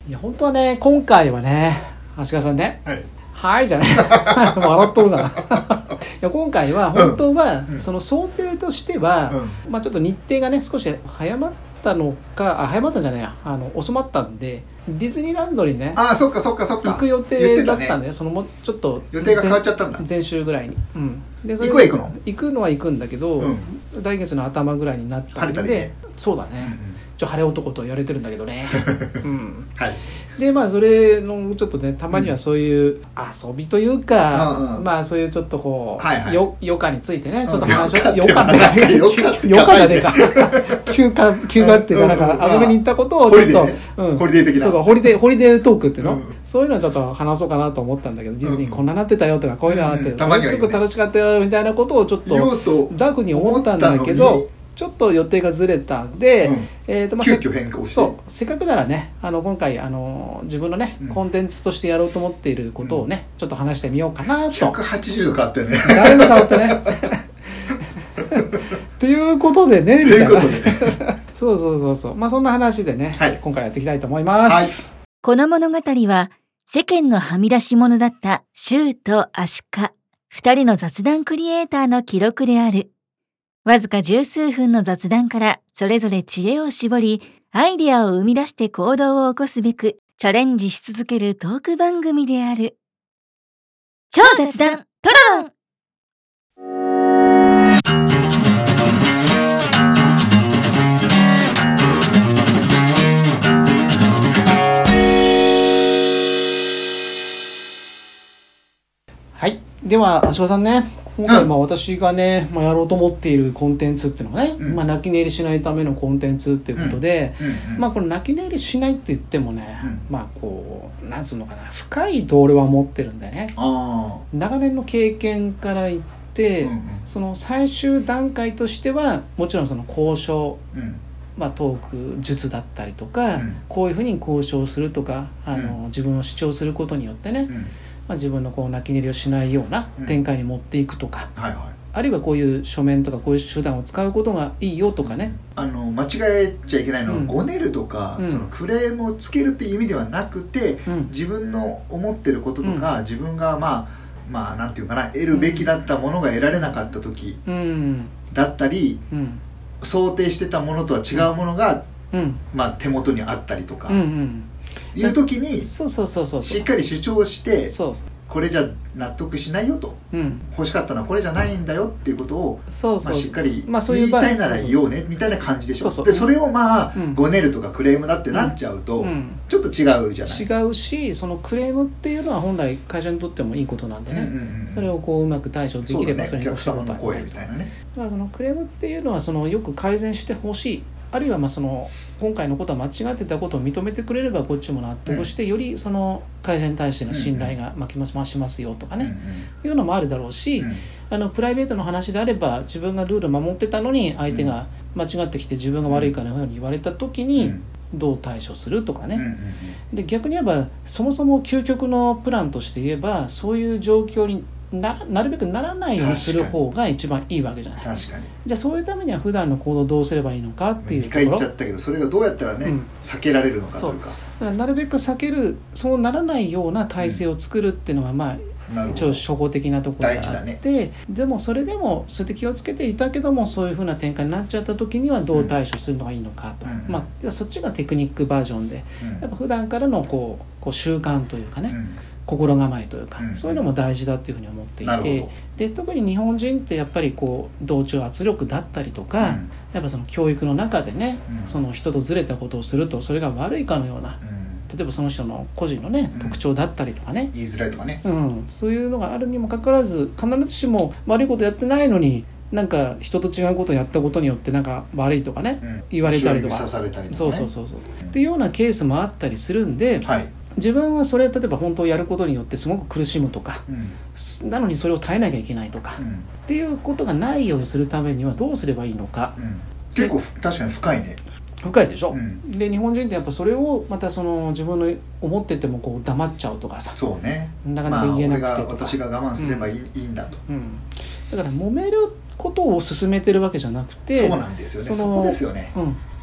いや本当はね、今回はね、足利さんね、はいじゃない笑っとるな。いや今回は本当は、その想定としては、まあちょっと日程がね少し早まったのか、早まったんじゃないや、遅まったんで、ディズニーランドにね、 そっか行く予定だったんで、そのもちょっと予定が変わっちゃったんだ。 前週ぐらいに、でそれ行くのは行くんだけど、来月の頭ぐらいになったんで、そうだね、晴れ男と言われてるんだけどね。 はい。 でまあそれのちょっとね、たまにはそういう遊びというか、まあそういうちょっとこう、余暇についてね、ちょっと話を、余暇って余暇じゃねえか、休暇っていうか、なんか遊びに行ったことをちょっと、 ホリデー的な、 そうホリデートークっていうの、そういうのをちょっと話そうかなと思ったんだけど、ディズニーこんななってたよとか、こういうのあって、結構楽しかったよみたいなことをちょっと楽に思ったんだけど、ちょっと予定がずれたんで、 急遽変更して、 そうせっかくならね、今回自分のね、コンテンツとしてやろうと思っていることをね、ちょっと話してみようかなと。 180度変わったよね。 だいぶ変わったね。ということでね、みたいな。そう。まあそんな話でね、今回やっていきたいと思います。 この物語は世間のはみ出し者だったシューとアシカ、二人の雑談クリエイターの記録である。わずか十数分の雑談からそれぞれ知恵を絞り、アイデアを生み出して行動を起こすべくチャレンジし続けるトーク番組である。超雑談トロロン。 はい、では足利さんね、今回私がね、やろうと思っているコンテンツっていうのがね、泣き寝入りしないためのコンテンツっていうことで、これ泣き寝入りしないって言ってもね、こうなんつうのかな、深いと俺は思ってるんだよね。長年の経験から言って、その最終段階としてはもちろんその交渉、トーク術だったりとか、こういうふうに交渉するとか、自分を主張することによってね、自分のこう泣き寝入りをしないような展開に持っていくとか、あるいはこういう書面とかこういう手段を使うことがいいよとかね、 間違えちゃいけないのは、ごねるとか、そのクレームをつけるっていう意味ではなくて、自分の思ってることとか、自分がなんていうかな、得るべきだったものが得られなかった時だったり、想定してたものとは違うものが、手元にあったりとか、いう時にしっかり主張して、これじゃ納得しないよと、欲しかったのはこれじゃないんだよっていうことをしっかり言いたいなら言おうねみたいな感じでしょ。でそれをごねるとかクレームだってなっちゃうとちょっと違うじゃない。 違うし、そのクレームっていうのは本来会社にとってもいいことなんでね、それをこううまく対処できればそれに越したことはないと。だからそのクレームっていうのは、そのよく改善してほしい、あるいはその今回のことは間違ってたことを認めてくれればこっちも納得して、よりその会社に対しての信頼が増しますよとかね、いうのもあるだろうし、プライベートの話であれば、自分がルール守ってたのに相手が間違ってきて自分が悪いかのように言われた時にどう対処するとかね、で逆に言えばそもそも究極のプランとして言えば、そういう状況になるべくならないようにする方が一番いいわけじゃない。 確かに。 じゃあそういうためには普段の行動をどうすればいいのかっていうところ。 2回言っちゃったけど、それがどうやったらね、避けられるのかというか。 だからなるべく避ける、そうならないような体制を作るっていうのが一応初歩的なところがあって、でもそれでもそうやって気をつけていたけども、そういうふうな展開になっちゃった時にはどう対処するのがいいのかと、そっちがテクニックバージョンで、やっぱ普段からのこう習慣というかね、心構えというか、そういうのも大事だっていうふうに思っていて、で特に日本人ってやっぱりこう同調圧力だったりとか、やっぱその教育の中でね、その人とずれたことをするとそれが悪いかのような、例えばその人の個人のね、特徴だったりとかね、 言いづらいとかね、 そういうのがあるにもかかわらず、必ずしも悪いことやってないのになんか人と違うことをやったことによってなんか悪いとかね、言われたりとか、そうっていうようなケースもあったりするんで、自分はそれ例えば本当をやることによってすごく苦しむとか、なのにそれを耐えなきゃいけないとか、っていうことがないようにするためにはどうすればいいのか、 結構確かに深いね。 深いでしょ、で日本人ってやっぱそれをまたその自分の思っててもこう黙っちゃうとかさ、 そうね、 なかなか言えなくてとか、 私が我慢すればいいんだと、 だから揉めることを進めてるわけじゃなくて、 そうなんですよね、そこですよね、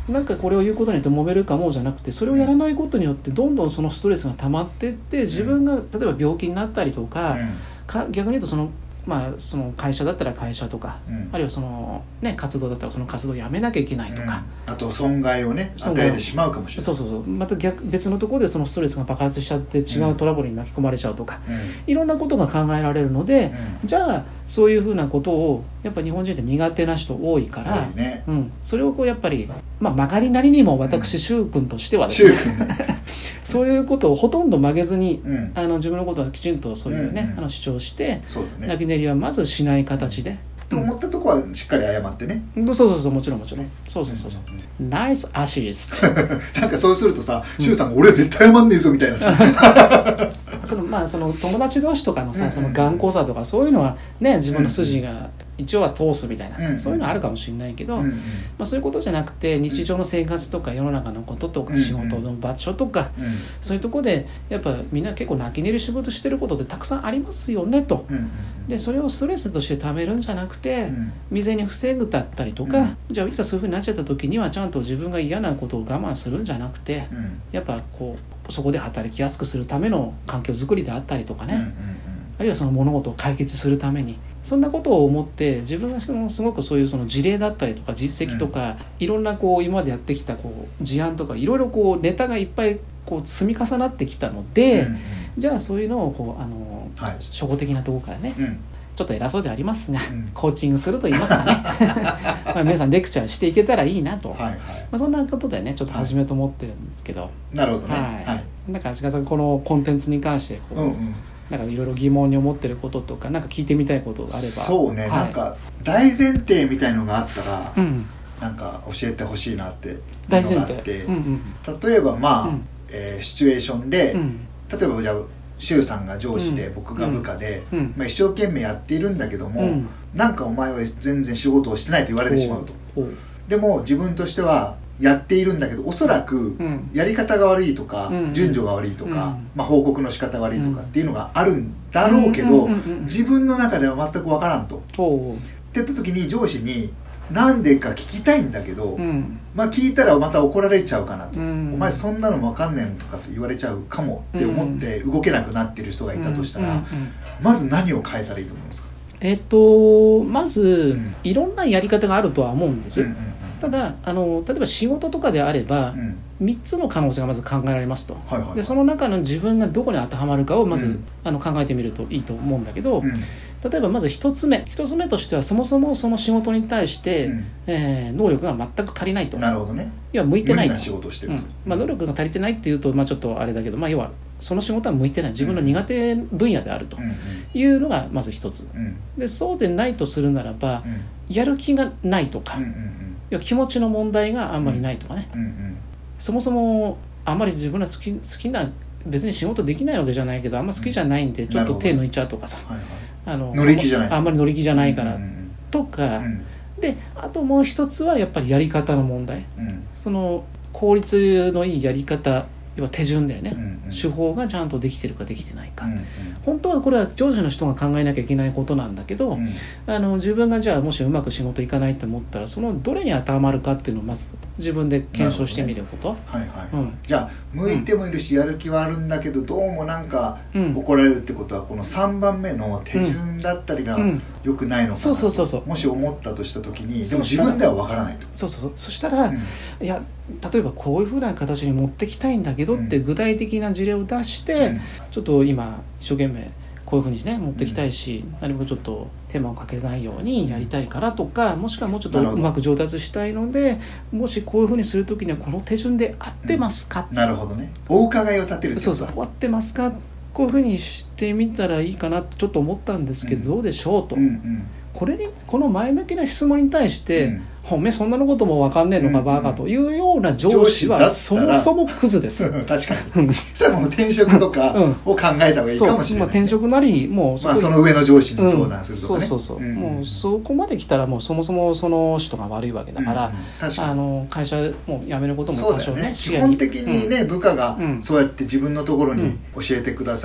なんかこれを言うことによって揉めるかもじゃなくて、それをやらないことによってどんどんそのストレスが溜まっていって、自分が例えば病気になったりとか、逆に言うとその会社だったら会社とか、あるいはその、活動だったらその活動をやめなきゃいけないとか、 あと損害をね与えてしまうかもしれない。 そうまた別のところでそのストレスが爆発しちゃって違うトラブルに巻き込まれちゃうとか、いろんなことが考えられるので、じゃあそういうふうなことをやっぱ日本人って苦手な人多いから、それをこうやっぱり、曲がりなりにも私柊君としてはですね、そういうことをほとんど曲げずに、自分のことはきちんとそういうね、主張して、泣き寝入りはまずしない形で、 と思ったところはしっかり謝ってね。 そうもちろんそうナイスアシストなんかそうするとさ、柊さんが俺は絶対謝んねえぞみたいなさその友達同士とかのさ、その頑固さとかそういうのはね、自分の筋が一応は通すみたいなさ、そういうのあるかもしれないけど、そういうことじゃなくて、日常の生活とか世の中のこととか、仕事の場所とか、そういうとこでやっぱみんな結構泣き寝入り仕事してることってたくさんありますよねと、でそれをストレスとしてためるんじゃなくて、未然に防ぐだったりとか、じゃあいざそういうふうになっちゃった時にはちゃんと自分が嫌なことを我慢するんじゃなくて、やっぱこうそこで働きやすくするための環境づくりであったりとかね、あるいはその物事を解決するために、そんなことを思って自分がすごくそういうその事例だったりとか実績とか、いろんなこう今までやってきたこう事案とかいろいろこうネタがいっぱいこう積み重なってきたので、じゃあそういうのをこう初歩的なところからね、ちょっと偉そうではありますが、コーチングすると言いますかね皆さんレクチャーしていけたらいいなと、そんなことでねちょっと始めようと思ってるんですけど、 なるほどね。 なんか足利さんこのコンテンツに関してこう、なんかいろいろ疑問に思ってることとか、なんか聞いてみたいことがあれば。 そうね、なんか大前提みたいのがあったら、なんか教えてほしいなっていうのがあって、例えばシチュエーションで、例えばじゃあ柊さんが上司で、僕が部下で、一生懸命やっているんだけども、なんかお前は全然仕事をしてないと言われてしまうと。でも自分としてはやっているんだけど、おそらくやり方が悪いとか、順序が悪いとか、報告の仕方が悪いとかっていうのがあるんだろうけど、自分の中では全く分からんと。って言った時に上司になんでか聞きたいんだけど、聞いたらまた怒られちゃうかなと、お前そんなの分かんねんとかって言われちゃうかもって思って動けなくなってる人がいたとしたら、まず何を変えたらいいと思いますか？ まず、いろんなやり方があるとは思うんです。ただ例えば仕事とかであれば、3つの可能性がまず考えられますと、でその中の自分がどこに当てはまるかをまず、考えてみるといいと思うんだけど、例えばまず1つ目としては、そもそもその仕事に対して、能力が全く足りないと。 なるほどね。 要は向いてないと。 無理な仕事をしてると、 能力が足りてないっていうと、ちょっとあれだけど、要はその仕事は向いてない、自分の苦手分野であるというのがまず一つ、でそうでないとするならば、やる気がないとか、要は気持ちの問題があんまりないとかね、そもそもあんまり自分が好きな、別に仕事できないわけじゃないけどあんま好きじゃないんでちょっと手抜いちゃうとかさ、 乗り気じゃない、 あんまり乗り気じゃないからとか、であともう一つはやっぱりやり方の問題、その効率のいいやり方、要は手順だよね、手法がちゃんとできてるかできてないか、本当はこれは上司の人が考えなきゃいけないことなんだけど、自分がじゃあもしうまく仕事いかないと思ったら、そのどれに当てはまるかっていうのをまず自分で検証してみること、 じゃあ向いてもいるし、やる気はあるんだけどどうもなんか怒られるってことは、この3番目の手順だったりが良くないのかなと、もし思ったとした時に、でも自分では分からないと。 そしたら、いや例えばこういうふうな形に持ってきたいんだけどって具体的な事例を出して、ちょっと今一生懸命こういうふうにね持ってきたいし、何もちょっと手間をかけないようにやりたいからとか、もしくはもうちょっとうまく上達したいので、もしこういうふうにするときにはこの手順で合ってますか、 なるほどね、お伺いを立てるってことだ。 合ってますか、こういうふうにしてみたらいいかなとちょっと思ったんですけど、どうでしょうと、この前向きな質問に対して、おめえそんなのことも分かんねえのかバカというような上司はそもそもクズです確かにそしたらもう転職とかを考えた方がいいかもしれない、 転職なりもうその上の上司に相談するとかね、 もうそこまで来たらもうそもそもその人が悪いわけだから、会社も辞めることも多少ね、 基本的にね、部下がそうやって自分のところに教えてくださいっ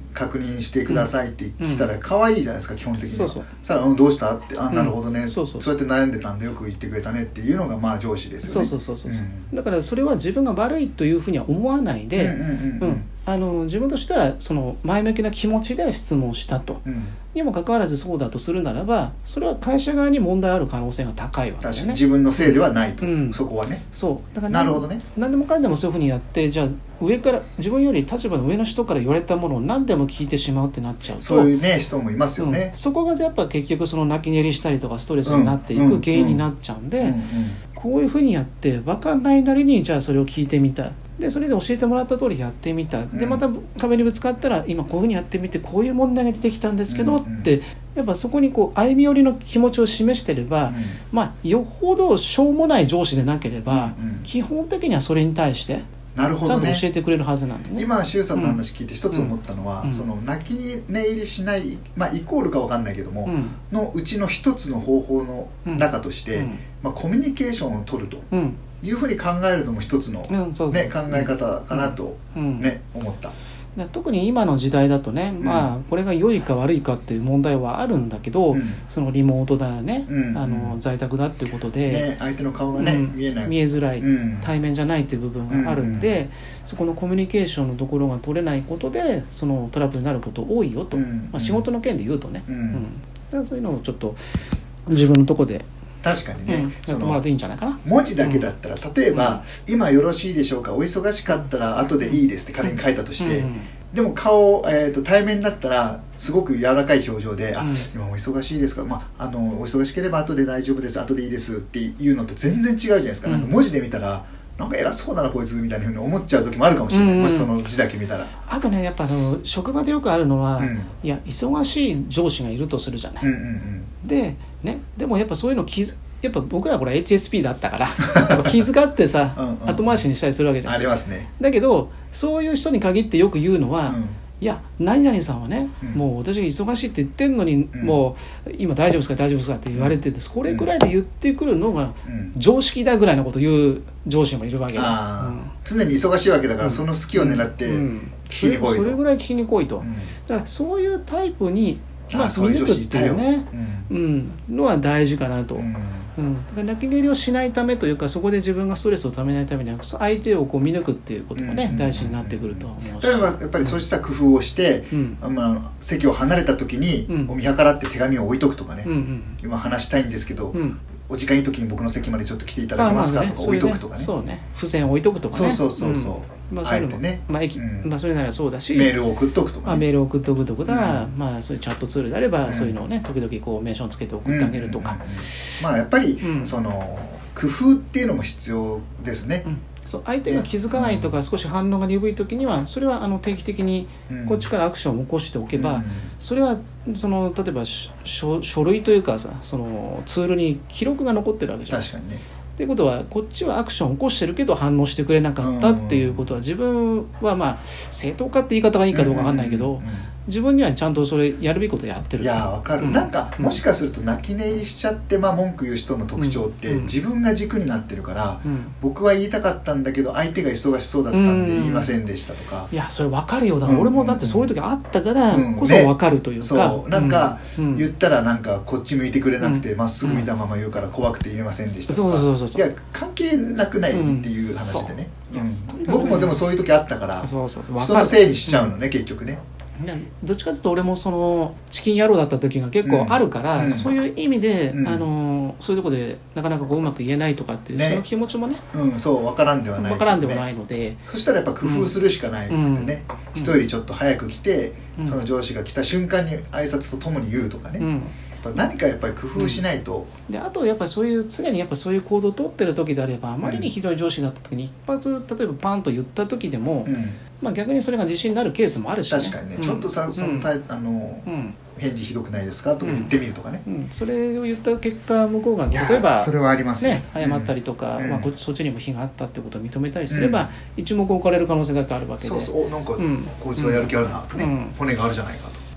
確認してくださいって来たら可愛いじゃないですか、基本的には。 そうさあ、どうしたって、なるほどね、 そうやって悩んでたんでよく言ってくれたねっていうのがまあ上司ですよね。 そう、だからそれは自分が悪いというふうには思わないで、自分としてはその前向きな気持ちで質問したと、にもかかわらずそうだとするならば、それは会社側に問題ある可能性が高いわけだよね。 確かに自分のせいではないと、そこはね。 そうだからなるほどね。 何でもかんでもそういうふうにやって、じゃあ上から自分より立場の上の人から言われたものを何でも聞いてしまうってなっちゃうと、 そういうね人もいますよね、 そこがやっぱ結局その泣き寝入りしたりとかストレスになっていく原因になっちゃうんで、こういうふうにやって分かんないなりにじゃあそれを聞いてみた、でそれで教えてもらった通りやってみた、でまた壁にぶつかったら今こういうふうにやってみてこういう問題が出てきたんですけどって、やっぱそこにこう歩み寄りの気持ちを示してれば、まあよほどしょうもない上司でなければ、基本的にはそれに対してなるほどね、 ちゃんと教えてくれるはずなんでね。 今周さんの話聞いて一つ思ったのは、その泣き寝入りしない、まあイコールか分かんないけども、のうちの一つの方法の中として、まあ、コミュニケーションを取るというふうに考えるのも一つの、ね、考え方かなと、ね、思った。 特に今の時代だとね、まあこれが良いか悪いかっていう問題はあるんだけど、そのリモートだね、在宅だっていうことで、 相手の顔がね、見えづらい、対面じゃないっていう部分があるんで、そこのコミュニケーションのところが取れないことでそのトラブルになること多いよと、まあ、仕事の件で言うとね、だからそういうのをちょっと自分のとこで確かにね、 やってもらうといいんじゃないかな。 文字だけだったら、例えば、今よろしいでしょうか、お忙しかったら後でいいですって仮に書いたとして、でも顔、対面だったらすごく柔らかい表情で、今お忙しいですか、お忙しければ後で大丈夫です、後でいいですっていうのって全然違うじゃないですか。なんか文字で見たらなんか偉そうだなこいつみたいなふうに思っちゃう時もあるかもしれない、もしその字だけ見たら。 あとね、やっぱ職場でよくあるのは、いや忙しい上司がいるとするじゃない、でもやっぱそういうのやっぱ僕らこれ HSP だったからやっぱ気遣ってさ後回しにしたりするわけじゃん。 ありますね。 だけどそういう人に限ってよく言うのは、いや何々さんはね、もう私が忙しいって言ってんのに、もう今大丈夫ですか大丈夫ですかって言われてて、これくらいで言ってくるのが常識だぐらいのことを言う上司もいるわけで、 常に忙しいわけだから、その隙を狙って聞きに来いと、 それぐらい聞きに来いと、だからそういうタイプに見抜くっていうね、のは大事かなと。だから泣き寝入りをしないためというか、そこで自分がストレスをためないためには相手をこう見抜くっていうこともね、大事になってくると思うし、 だからやっぱりそうした工夫をして、席を離れた時にお見計らって手紙を置いとくとかね、今話したいんですけど、お時間いい時に僕の席までちょっと来ていただけますかとか置いとくとかね、 そうね、付箋を置いとくとかね、 そうあえてね、それならそうだし、 メールを送っとくとかね、 メールを送っとくとか、そういうチャットツールであれば、そういうのをね時々こうメンションつけて送ってあげるとか、 やっぱりその工夫っていうのも必要ですね。 そう相手が気づかないとか、少し反応が鈍い時にはそれは定期的にこっちからアクションを起こしておけば、それはその例えば書類というかさ、そのツールに記録が残ってるわけじゃん。 確かにね。 っていうことはこっちはアクションを起こしてるけど反応してくれなかったっていうことは、自分は正当化って言い方がいいかどうか分かんないけど、自分にはちゃんとそれやるべきことやってる。 いや分かる、なんかもしかすると泣き寝入りしちゃって文句言う人の特徴って、自分が軸になってるから、僕は言いたかったんだけど相手が忙しそうだったんで言いませんでしたとか、 いやそれ分かるよ。だから俺もだってそういう時あったからこそ分かるというか、 そうなんか言ったらなんかこっち向いてくれなくてまっすぐ見たまま言うから怖くて言えませんでしたとか、いや関係なくないっていう話でね、僕もでもそういう時あったから人のせいにしちゃうのね、結局ね。 どっちかというと俺もそのチキン野郎だった時が結構あるから、そういう意味で、そういうところでなかなかこううまく言えないとかっていう、その気持ちもね、 そう分からんではない、 分からんではないので、 そしたらやっぱ工夫するしかないくてね、人よりちょっと早く来て、その上司が来た瞬間に挨拶とともに言うとかね、何かやっぱり工夫しないと、 であとやっぱりそういう常にやっぱそういう行動を取ってる時であれば、あまりにひどい上司だった時に一発例えばパンと言った時でも、逆にそれが自信になるケースもあるし、 確かにね、ちょっとさその返事ひどくないですかとか言ってみるとかね、 それを言った結果向こうが例えばそれはありますね、 謝ったりとか、そっちにも非があったってことを認めたりすれば、一目置かれる可能性だってあるわけで、 なんかこいつはやる気あるな、骨があるじゃないかと。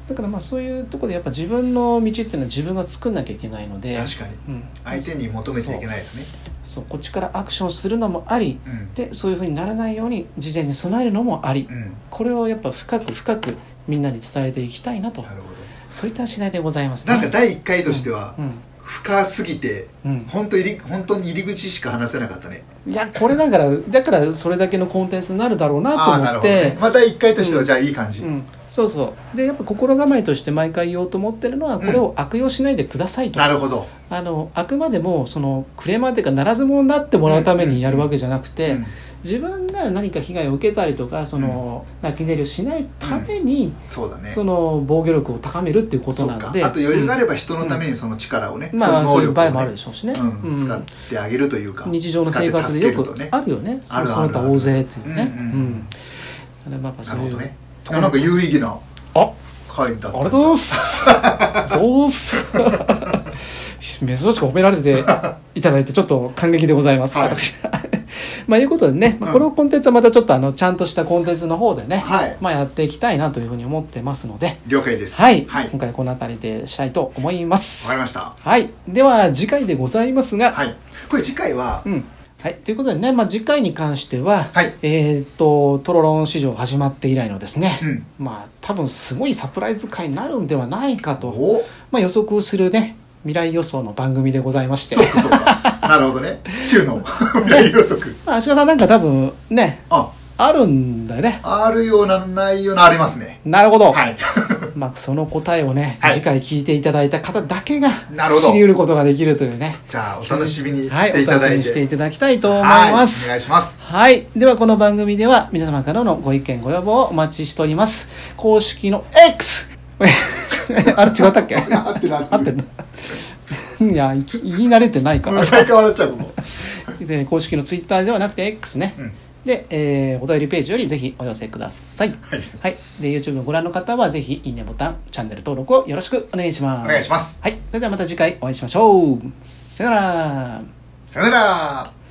だからまあそういうところでやっぱ自分の道っていうのは自分が作んなきゃいけないので、 確かに、相手に求めてはいけないですね。 そうこっちからアクションするのもあり、でそういうふうにならないように事前に備えるのもあり、これをやっぱ深くみんなに伝えていきたいなと。 なるほど。 そういった次第でございますね。 なんか第1回としては、深すぎて、本当に入り口しか話せなかったね。 いやこれだからそれだけのコンテンツになるだろうなと思って、 ね、また1回としてはじゃあいい感じ、 そうそうでやっぱ心構えとして毎回言おうと思ってるのは、これを悪用しないでくださいと。 なるほど。 あくまでもそのクレーマーっていうかならず者になってもらうためにやるわけじゃなくて、自分が何か被害を受けたりとかその泣き寝入りをしないために、 そうだね、 その防御力を高めるっていうことなので、 あと余裕があれば人のためにその力をね、 まあそういう場合もあるでしょうしね、 使ってあげるというか、 日常の生活でよくあるよね、その他大勢っていうね。 なるほどね。なんか有意義な回だった。 ありがとうございます。どうす珍しく褒められていただいてちょっと感激でございます、私。まあいうことでね、このコンテンツはまたちょっとちゃんとしたコンテンツの方でね、まあやっていきたいなというふうに思ってますので、 了解です。 はい、今回この辺りでしたいと思います。 わかりました。 はい、では次回でございますが、 これ次回は、 はい、ということでね、まあ、次回に関しては、トロロン市場始まって以来のですね、まあ多分すごいサプライズ回になるんではないかと、まあ、予測するね未来予想の番組でございまして。 そうかなるほどね。週の未来予測。 足利さんなんか多分ね、あるんだよね。 あるようなないようなありますね。 なるほど。まあその答えをね、次回聞いていただいた方だけが知り得ることができるというね。 じゃあお楽しみにしていただいて、お楽しみにしていただきたいと思います。 お願いします。 はい。ではこの番組では皆様からのご意見ご要望をお待ちしております。公式の X あれ違ったっけ？ 合ってる。 いや、言い慣れてないからさ。毎回笑っちゃうもん。 で、公式のツイッターではなくて X ね。で、お便りページよりぜひお寄せください。はい。で、YouTube をご覧の方はぜひいいねボタン、チャンネル登録をよろしくお願いします。 お願いします。 はい。それではまた次回お会いしましょう。さよなら。 さよなら。